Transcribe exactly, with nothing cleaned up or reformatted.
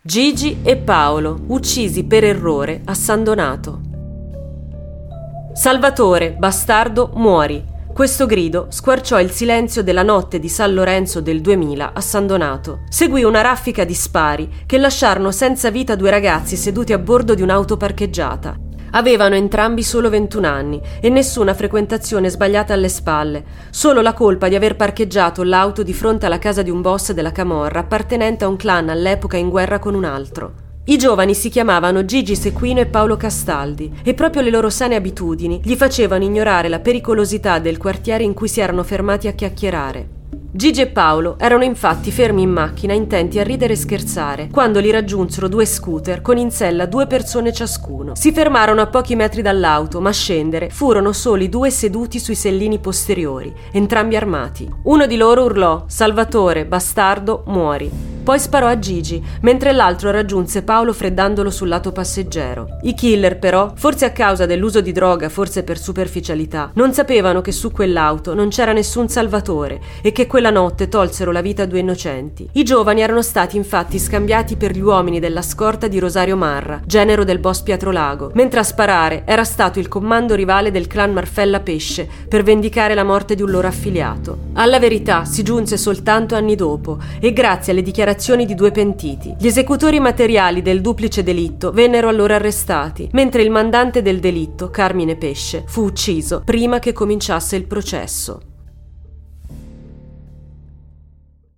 Gigi e Paolo, uccisi per errore a San Donato. Salvatore, bastardo, muori. Questo grido squarciò il silenzio della notte di San Lorenzo del duemila a San Donato. Seguì una raffica di spari che lasciarono senza vita due ragazzi seduti a bordo di un'auto parcheggiata. Avevano entrambi solo ventuno anni e nessuna frequentazione sbagliata alle spalle, solo la colpa di aver parcheggiato l'auto di fronte alla casa di un boss della camorra appartenente a un clan all'epoca in guerra con un altro. I giovani si chiamavano Gigi Sequino e Paolo Castaldi e proprio le loro sane abitudini gli facevano ignorare la pericolosità del quartiere in cui si erano fermati a chiacchierare. Gigi e Paolo erano infatti fermi in macchina intenti a ridere e scherzare quando li raggiunsero due scooter con in sella due persone ciascuno. Si fermarono a pochi metri dall'auto, ma a scendere furono soli due seduti sui sellini posteriori, entrambi armati. Uno di loro urlò: «Salvatore, bastardo, muori!» Poi sparò a Gigi, mentre l'altro raggiunse Paolo freddandolo sul lato passeggero. I killer però, forse a causa dell'uso di droga, forse per superficialità, non sapevano che su quell'auto non c'era nessun Salvatore e che quella notte tolsero la vita a due innocenti. I giovani erano stati infatti scambiati per gli uomini della scorta di Rosario Marra, genero del boss Pietrolago, mentre a sparare era stato il comando rivale del clan Marfella Pesce per vendicare la morte di un loro affiliato. Alla verità si giunse soltanto anni dopo e grazie alle dichiarazioni di due pentiti. Gli esecutori materiali del duplice delitto vennero allora arrestati, mentre il mandante del delitto, Carmine Pesce, fu ucciso prima che cominciasse il processo.